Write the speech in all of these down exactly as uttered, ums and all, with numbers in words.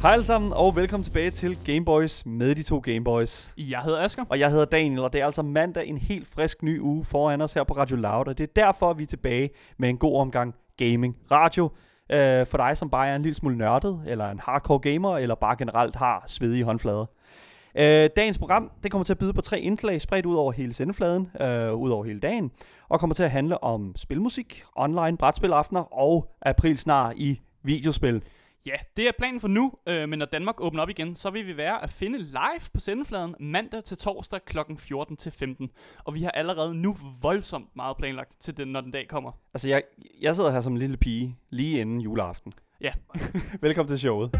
Hej alle sammen, og velkommen tilbage til Gameboys med de to Gameboys. Jeg hedder Asger. Og jeg hedder Daniel, og det er altså mandag, en helt frisk ny uge foran os her på Radio Loud. Og det er derfor, vi er tilbage med en god omgang gaming radio. Øh, for dig, som bare er en lille smule nørdet, eller en hardcore gamer, eller bare generelt har svedige håndflader. Øh, dagens program, det kommer til at byde på tre indslag, spredt ud over hele sendefladen, øh, ud over hele dagen. Og kommer til at handle om spilmusik, online brætspilaftener og april snart i videospil. Ja, det er planen for nu, øh, men når Danmark åbner op igen, så vil vi være at finde live på sendefladen mandag til torsdag klokken fjorten til femten. Og vi har allerede nu voldsomt meget planlagt til den, når den dag kommer. Altså, jeg, jeg sidder her som en lille pige, lige inden juleaften. Ja. Velkommen til showet.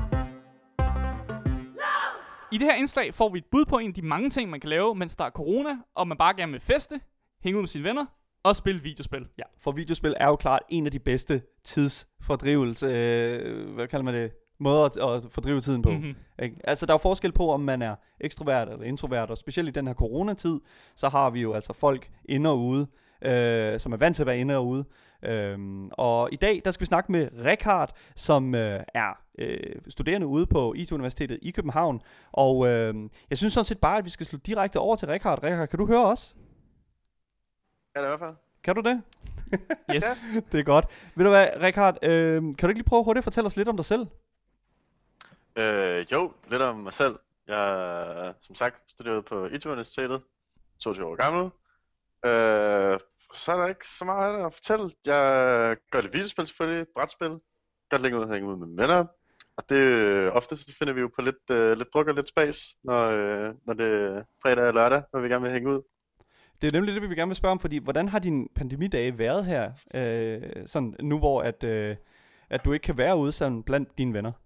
I det her indslag får vi et bud på en af de mange ting, man kan lave, mens der er corona, og man bare gerne vil feste, hænge ud med sine venner og spille videospil. Ja, for videospil er jo klart en af de bedste tidsfordrivelse, øh, hvad kalder man det, måder at, at fordrive tiden på. Mm-hmm. Ikke? Altså, der er jo forskel på, om man er ekstrovert eller introvert, og specielt i den her coronatid, så har vi jo altså folk inde og ude, øh, som er vant til at være inde og ude. Øhm, og i dag, der skal vi snakke med Richard, som øh, er øh, studerende ude på I T Universitetet i København. Og øh, jeg synes sådan set bare, at vi skal slå direkte over til Richard. Richard, kan du høre os? Ja, det er i hvert fald. Kan du det? Yes. Det er godt. Ved du hvad, Richard, øh, kan du ikke lige prøve hurtigt at fortælle os lidt om dig selv? Øh, jo, lidt om mig selv. Jeg er, som sagt, studeret på I T Universitetet, toogtyve år gammel. Øh, så er der ikke så meget at fortælle. Jeg gør det videospil selvfølgelig, brætspil. Godt længe ud at hænge ud med venner. Og det ofte så finder vi jo på lidt, øh, lidt druk og lidt spas, når, øh, når det er fredag eller lørdag, når vi gerne vil hænge ud. Det er nemlig det, vi gerne vil spørge om, fordi hvordan har din pandemidage været her, øh, sådan nu hvor at, øh, at du ikke kan være ude sådan blandt dine venner?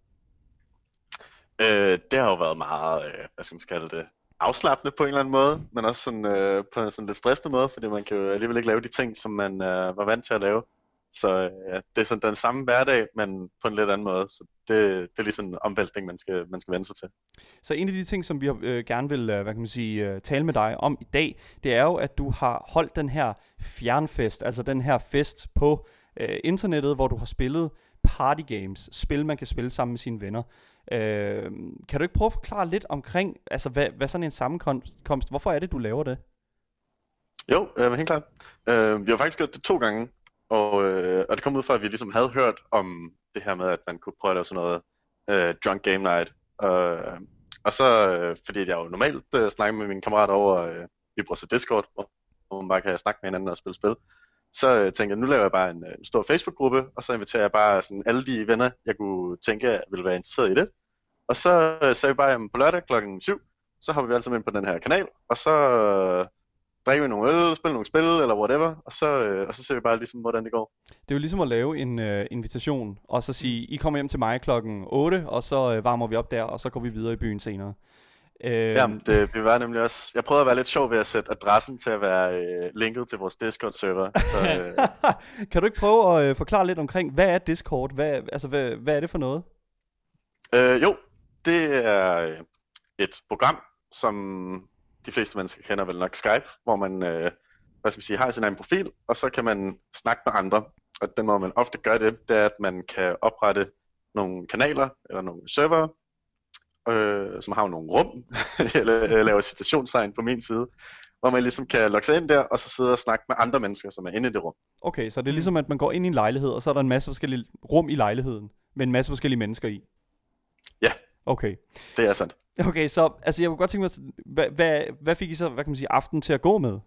Øh, det har jo været meget, øh, hvad skal man kalde det, afslappende på en eller anden måde, men også sådan, øh, på en sådan lidt stressende måde, fordi man kan jo alligevel ikke lave de ting, som man øh, var vant til at lave. Så øh, det er sådan den samme hverdag, men på en lidt anden måde. Så det, det er lige sådan en omvæltning, man skal, man skal vende sig til. Så en af de ting, som vi øh, gerne vil øh, hvad kan man sige, øh, tale med dig om i dag, det er jo, at du har holdt den her fjernfest, altså den her fest på øh, internettet, hvor du har spillet party games, spil man kan spille sammen med sine venner. Øh, kan du ikke prøve at forklare lidt omkring, altså hvad, hvad sådan en sammenkomst, hvorfor er det, du laver det? Jo, øh, helt klart. Øh, vi har faktisk gjort det to gange. Og, øh, og det kom ud fra, at vi ligesom havde hørt om det her med, at man kunne prøve at lave sådan noget øh, drunk game night. Og, og så, øh, fordi jeg jo normalt øh, snakker med mine kammerater over øh, vi bruger så Discord, hvor man bare kan snakke med hinanden og spille spil. Så øh, tænkte jeg, nu laver jeg bare en, en stor Facebook-gruppe, og så inviterer jeg bare sådan alle de venner, jeg kunne tænke ville være interesseret i det. Og så øh, sagde vi bare, at på lørdag klokken syv, så hopper vi alle sammen ind på den her kanal, og så øh, drikker vi nogle øl, spiller nogle spil, eller whatever, og så, øh, og så ser vi bare ligesom, hvordan det går. Det er jo ligesom at lave en øh, invitation, og så sige, I kommer hjem til mig klokken otte, og så øh, varmer vi op der, og så går vi videre i byen senere. Øh... Jamen, det vi var nemlig også, jeg prøvede at være lidt sjov ved at sætte adressen til at være øh, linket til vores Discord-server. Så, øh... kan du ikke prøve at øh, forklare lidt omkring, hvad er Discord? Hvad, altså, hvad, hvad er det for noget? Øh, jo, det er øh, et program, som de fleste mennesker kender vel nok Skype, hvor man øh, hvad skal man sige, har sin egen profil, og så kan man snakke med andre. Og den måde man ofte gør det, det er, at man kan oprette nogle kanaler eller nogle server, øh, som har nogle rum, eller laver citationstegn på min side, hvor man ligesom kan logge sig ind der, og så sidde og snakke med andre mennesker, som er inde i det rum. Okay, så det er ligesom, at man går ind i en lejlighed, og så er der en masse forskellige rum i lejligheden, med en masse forskellige mennesker i. Ja, okay. Det er sandt. Okay, så altså jeg kunne godt tænke mig, hvad, hvad, hvad fik I så, hvad kan man sige, aften til at gå med?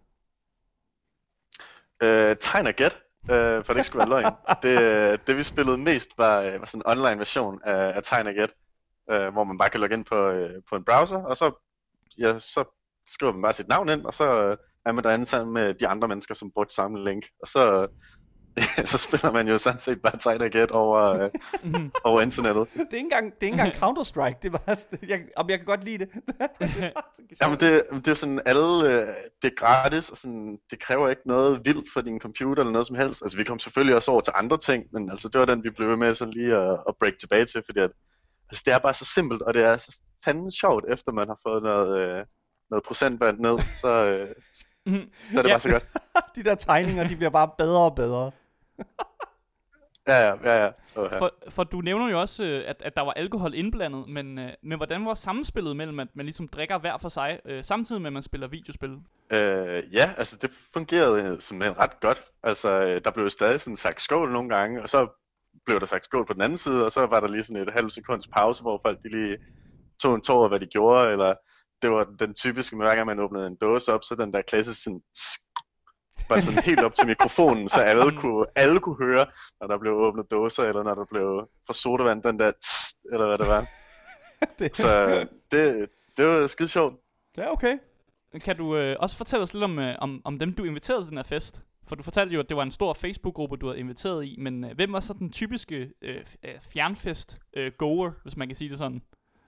Øh, tegn og gæt, øh, for det ikke skulle være løgn. Det, det vi spillede mest var, var sådan en online version af, af tegn og gæt, øh, hvor man bare kan logge ind på, øh, på en browser, og så, ja, så skriver man bare sit navn ind, og så øh, er man derinde sammen med de andre mennesker, som brugte samme link, og så så spiller man jo sådan set bare tegn og gæt over, øh, over internettet. Det er ikke engang, det er ikke engang Counter-Strike, det var, jeg, jeg kan godt lide det. Jamen det, det er sådan alle, øh, det er gratis, og sådan, det kræver ikke noget vildt for din computer eller noget som helst. Altså vi kom selvfølgelig også over til andre ting, men altså det var den, vi blev med sådan lige at, at break tilbage til, fordi at, altså, det er bare så simpelt, og det er så fandme sjovt, efter man har fået noget, øh, noget procentband ned, så, øh, så er det ja. bare så godt. De der tegninger, de bliver bare bedre og bedre. Ja, ja, ja. ja. Okay. For, for du nævner jo også, øh, at, at der var alkohol indblandet, men, øh, men hvordan var samspillet mellem, at man ligesom drikker hver for sig, øh, samtidig med, at man spiller videospil? Øh, ja, altså det fungerede simpelthen ret godt. Altså, øh, der blev jo stadig sådan sagt skål nogle gange, og så blev der sagt skål på den anden side, og så var der lige sådan et halvt sekunds pause, hvor folk de lige tog en tår af, hvad de gjorde, eller det var den typiske, hver gang man åbnede en dåse op, så den der klasse sådan, var sådan helt op til mikrofonen, så alle kunne, alle kunne høre, når der blev åbnet dåser, eller når der blev for sodavand, den der tss, eller hvad det var. det... Så det, det var skide sjovt. Ja, okay. Kan du øh, også fortælle os lidt om, øh, om, om dem, du inviterede til den her fest? For du fortalte jo, at det var en stor Facebook-gruppe, du havde inviteret i, men øh, hvem var så den typiske øh, fjernfest-goer, øh, hvis man kan sige det sådan?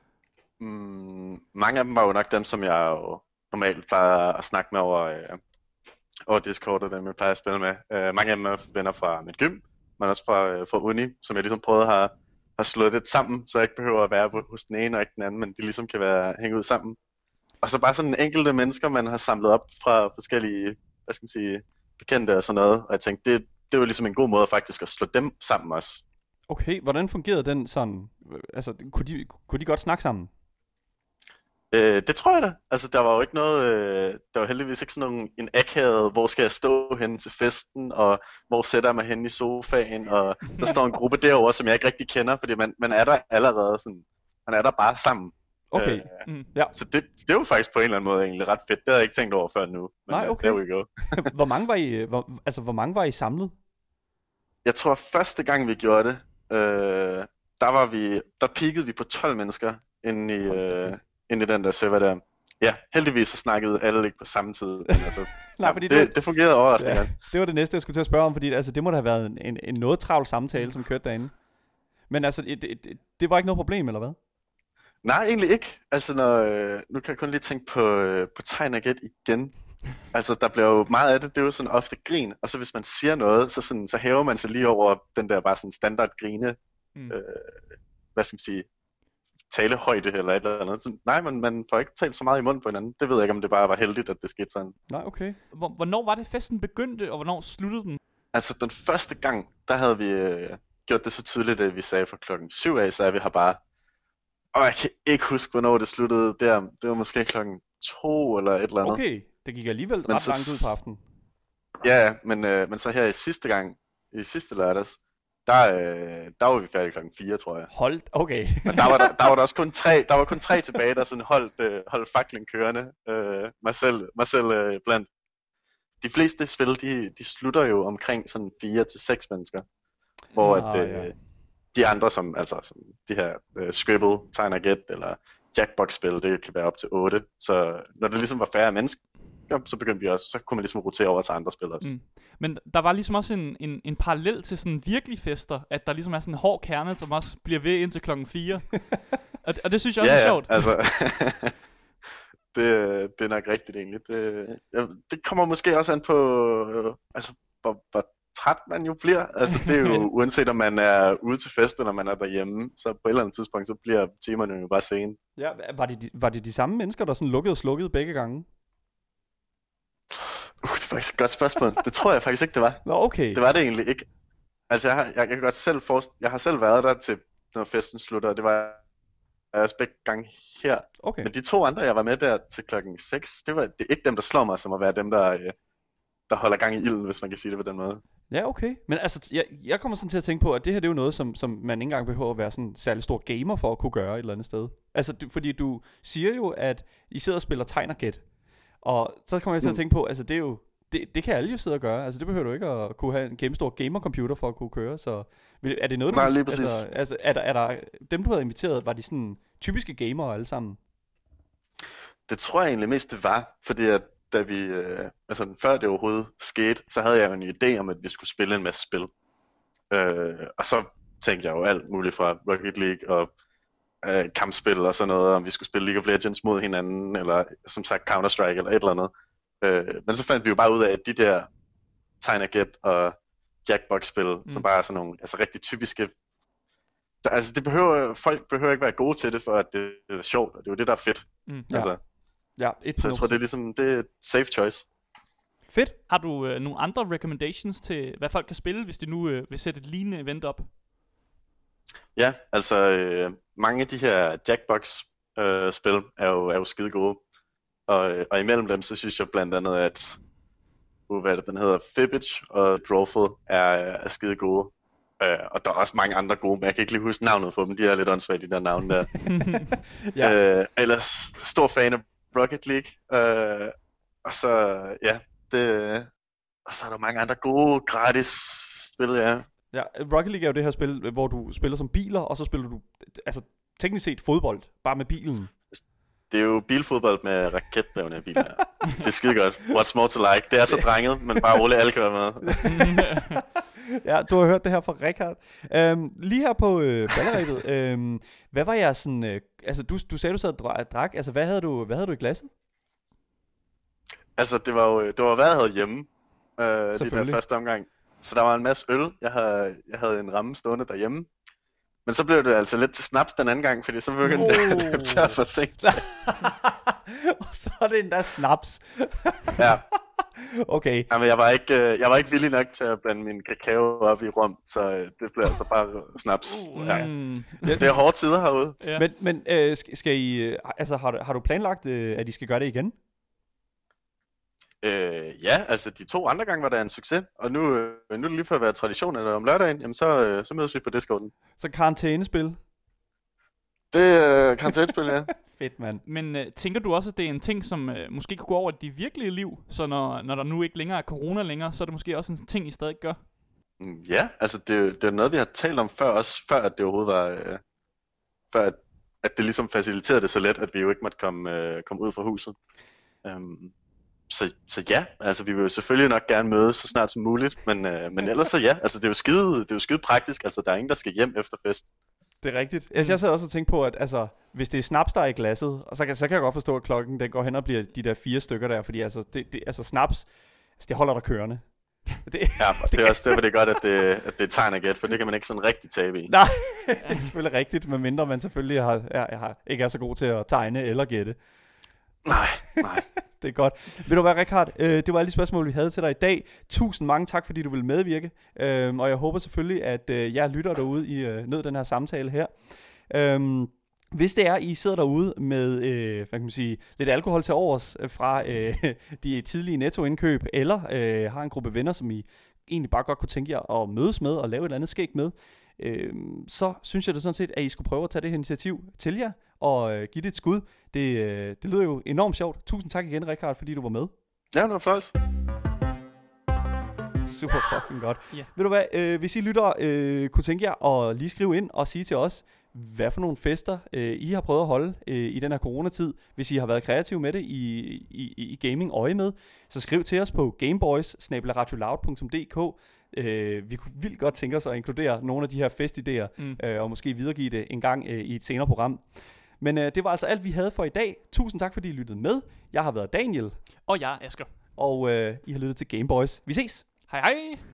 Mm, mange af dem var jo nok dem, som jeg jo normalt plejer at snakke med over, øh, over Discord, og dem jeg plejer at spille med. Uh, mange af dem er venner fra mit gym, men også fra, øh, fra uni, som jeg ligesom prøvede at have, have slået lidt sammen, så jeg ikke behøver at være hos den ene og ikke den anden, men de ligesom kan være hænge ud sammen. Og så bare sådan enkelte mennesker, man har samlet op fra forskellige, hvad skal man sige, bekendte og sådan noget. Og jeg tænkte, det, det var ligesom en god måde faktisk at slå dem sammen også. Okay, hvordan fungerede den sådan? Altså, kunne de, kunne de godt snakke sammen? Øh, det tror jeg da. Altså, der var jo ikke noget, øh, der var heldigvis ikke sådan nogen, en akavet, hvor skal jeg stå hen til festen, og hvor sætter jeg mig hen i sofaen, og der står en gruppe derovre, som jeg ikke rigtig kender, fordi man, man er der allerede sådan, man er der bare sammen. Okay. Øh, mm. ja. Så det, det var faktisk på en eller anden måde egentlig ret fedt. Det havde jeg ikke tænkt over før nu. Men nej, okay. there we go. hvor mange var I, hvor, altså hvor mange var I samlet? Jeg tror første gang vi gjorde det, øh, der var vi, der peakede vi på tolv mennesker inde i, øh, inde i den der server der. Ja, heldigvis så snakkede alle ikke på samme tid. Men altså, nej, ja, fordi det, det, det fungerede overraskende ja, godt. Det var det næste, jeg skulle til at spørge om, fordi altså, det må da have været en, en, en noget travl samtale, som kørte derinde. Men altså, det, det, det var ikke noget problem, eller hvad? Nej, egentlig ikke. Altså, når, øh, nu kan jeg kun lige tænke på, øh, på Tegnaget igen. Altså, der bliver jo meget af det, det er jo sådan ofte grin, og så hvis man siger noget, så, sådan, så hæver man sig lige over den der bare sådan standard grine, mm. øh, hvad skal man sige, talehøjde eller et eller andet. Så, nej, man, man får ikke talt så meget i munden på hinanden. Det ved jeg ikke, om det bare var heldigt, at det skete sådan. Nej, okay. Hvornår var det festen begyndte, og hvornår sluttede den? Altså, den første gang, der havde vi øh, gjort det så tydeligt, at vi sagde fra klokken syv af, så er vi her bare. Og jeg kan ikke huske, hvornår det sluttede der. Det var måske klokken to eller et eller andet. Okay, det gik alligevel men ret så, langt ud på aftenen. Ja, men, øh, men så her i sidste gang, i sidste lørdags, der, øh, der var vi færdige klokken fire, tror jeg. Hold, okay. Men der var der, der var der også kun tre, der var kun tre tilbage, der sådan holdt, øh, holdt faklen kørende. Øh, mig selv, mig selv øh, blandt. De fleste spil, de, de slutter jo omkring sådan fire til seks mennesker. Hvor ah, at, øh, ja. de andre, som, altså som de her øh, Scribble, Tegnaget eller Jackbox-spil, det kan være op til otte. Så når det ligesom var færre mennesker, så begyndte vi også, så kunne man ligesom rotere over til andre spil også. Mm. Men der var ligesom også en, en, en parallel til sådan virkelige fester, at der ligesom er sådan en hård kerne, som også bliver ved indtil klokken fire. og, og det synes jeg også ja, er sjovt. Ja, altså, det, det er nok rigtigt egentlig. Det, det kommer måske også an på, øh, altså, hvor, hvor træt man jo bliver. Altså, det er jo uanset om man er ude til fest, eller man er derhjemme, så på et eller andet tidspunkt, så bliver timerne jo bare sene. Ja, var det, de, var det de samme mennesker, der sådan lukkede og slukkede begge gange? Uh, det er faktisk et godt spørgsmål. Det tror jeg faktisk ikke, det var. Nå, okay. Det var det egentlig ikke. Altså, jeg har, jeg, jeg kan godt selv forestille, jeg har selv været der til, når festen slutter, og det var jeg også begge gange her. Okay. Men de to andre, jeg var med der til klokken seks, det var det er ikke dem, der slår mig, som at være dem, der, der holder gang i ilden, hvis man kan sige det på den måde. Ja, okay. Men altså, jeg, jeg kommer sådan til at tænke på, at det her, det er jo noget, som, som man ikke engang behøver at være sådan en særlig stor gamer for at kunne gøre et eller andet sted. Altså, du, fordi du siger jo, at I sidder og spiller Tegnaget. Og så kommer jeg til at tænke på, altså det er jo, det, det kan alle jo sidde og gøre. Altså det behøver du ikke at kunne have en kæmpestor gamercomputer for at kunne køre. Så er det noget, du... Nej, lige præcis. Altså, altså er, der, er der, dem du havde inviteret, var de sådan typiske gamere alle sammen? Det tror jeg egentlig mest det var, fordi at da vi, øh, altså før det overhovedet skete, så havde jeg jo en idé om, at vi skulle spille en masse spil. Øh, og så tænkte jeg jo alt muligt fra Rocket League og øh, kampspil og sådan noget, om vi skulle spille League of Legends mod hinanden, eller som sagt Counter-Strike eller et eller andet. Øh, men så fandt vi jo bare ud af, at de der Tegnaget og Jackbox-spil, mm. som bare er sådan nogle altså rigtig typiske. Der, altså det behøver, folk behøver ikke være gode til det, for at det er sjovt, og det er jo det, der er fedt. Mm. Ja. Altså, ja, så jeg tror, det er ligesom, det er et safe choice. Fedt. Har du øh, nogle andre recommendations til, hvad folk kan spille, hvis de nu øh, vil sætte et lignende event op? Ja, altså øh, mange af de her Jackbox-spil øh, er, jo, er jo skide gode. Og, og imellem dem, så synes jeg blandt andet, at uh, hvad det, den hedder, Fibbage og Drawful er, er skide gode. Uh, og der er også mange andre gode, men jeg kan ikke lige huske navnet på dem. De er lidt åndssvagt, de der navne der. ja. uh, ellers stor fan af Rocket League. Uh, og så, ja, det, og så er der mange andre gode, gratis spil, ja. Ja, Rocket League er jo det her spil, hvor du spiller som biler, og så spiller du, altså teknisk set fodbold, bare med bilen. Det er jo bilfodbold med raketdrevne biler. Det er skide godt. What's more to like? Det er så drenget, men bare roligt, alle kan være med. Ja, du har hørt det her fra Richard. Øhm, lige her på øh, falderæbet, øhm, hvad var jeg sådan, øh, altså du, du sagde, du sad og drak, altså hvad havde du, hvad havde du i glasset? Altså det var jo, det var hvad jeg havde hjemme, øh, det der første omgang. Så der var en masse øl, jeg havde, jeg havde en ramme stående derhjemme. Men så blev det altså lidt til snaps den anden gang, fordi så begyndte oh. det at løbe tør for sent. Og så er det endda snaps. Ja. Okay. Jamen, jeg var ikke, jeg var ikke villig nok til at blande min kakao op i rum, så det blev altså bare snaps. Uh, ja. Mm. Det er hårde tider herude. Ja. Men, men øh, skal I, altså har du, har du planlagt, øh, at I skal gøre det igen? Øh, ja, altså de to andre gange var der en succes, og nu, øh, nu er det lige for at være tradition, eller om lørdagen, jamen så, øh, så mødes vi på Discorden. Så karantænespil? Det er øh, karantænespil, ja. Fedt, mand. Men øh, tænker du også, at det er en ting, som øh, måske kan gå over i de virkelige liv, så når, når der nu ikke længere er corona længere, så er det måske også en ting, I stadig gør? Mm, ja, altså det, det er noget, vi har talt om før også, før at det overhovedet var, øh, før at, at det ligesom faciliterede det så let, at vi jo ikke måtte komme, øh, komme ud fra huset. Um, Så, så ja, altså vi vil jo selvfølgelig nok gerne mødes så snart som muligt, men, øh, men ellers så ja, altså det er jo skide, det er jo skide praktisk, altså der er ingen, der skal hjem efter fest. Det er rigtigt. Altså, jeg sad også og tænkte på, at altså, hvis det er snaps, der er i glasset, og så kan, så kan jeg godt forstå, at klokken den går hen og bliver de der fire stykker der, fordi altså, det, det, altså snaps, altså, det holder dig kørende. Det, ja, og det, det er også derfor, det er godt, at det, at det er tegn og gæt, for det kan man ikke sådan rigtig tabe i. Nej, det er selvfølgelig rigtigt, medmindre man selvfølgelig har, er, har, ikke er så god til at tegne eller gætte. Nej, nej. Det er godt. Ved du hvad, Richard? Øh, det var alle de spørgsmål, vi havde til dig i dag. Tusind mange tak, fordi du ville medvirke. Øh, og jeg håber selvfølgelig, at øh, jer lytter derude, I øh, nød den her samtale her. Øh, hvis det er, I sidder derude med øh, hvad kan man sige, lidt alkohol til overs fra øh, de tidlige nettoindkøb, eller øh, har en gruppe venner, som I egentlig bare godt kunne tænke jer at mødes med og lave et eller andet skæg med, øh, så synes jeg det sådan set, at I skulle prøve at tage det her initiativ til jer og øh, give det et skud. Det, øh, det lyder jo enormt sjovt. Tusind tak igen, Richard, fordi du var med. Ja, det var flot. Super fucking godt. Yeah. Ved du hvad, øh, hvis I lytter øh, kunne tænke jer at lige skrive ind og sige til os, hvad for nogle fester øh, I har prøvet at holde øh, i den her coronatid. Hvis I har været kreative med det i, i, i gaming øje med, så skriv til os på gameboys snabel-a radioloud punktum d k. Øh, vi kunne vildt godt tænke os at inkludere nogle af de her festidéer, mm. øh, og måske videregive det en gang øh, i et senere program. Men øh, det var altså alt, vi havde for i dag. Tusind tak, fordi I lyttede med. Jeg har været Daniel. Og jeg er Asger. Og øh, I har lyttet til Gameboys. Vi ses! Hej hej!